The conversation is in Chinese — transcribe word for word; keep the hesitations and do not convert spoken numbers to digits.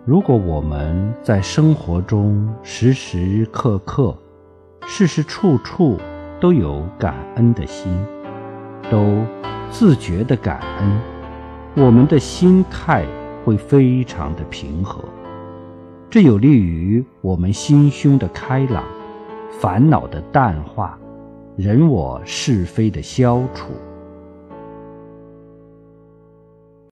如果我们在生活中时时刻刻、事事处处都有感恩的心，都自觉地感恩，我们的心态会非常的平和，这有利于我们心胸的开朗，烦恼的淡化，人我是非的消除。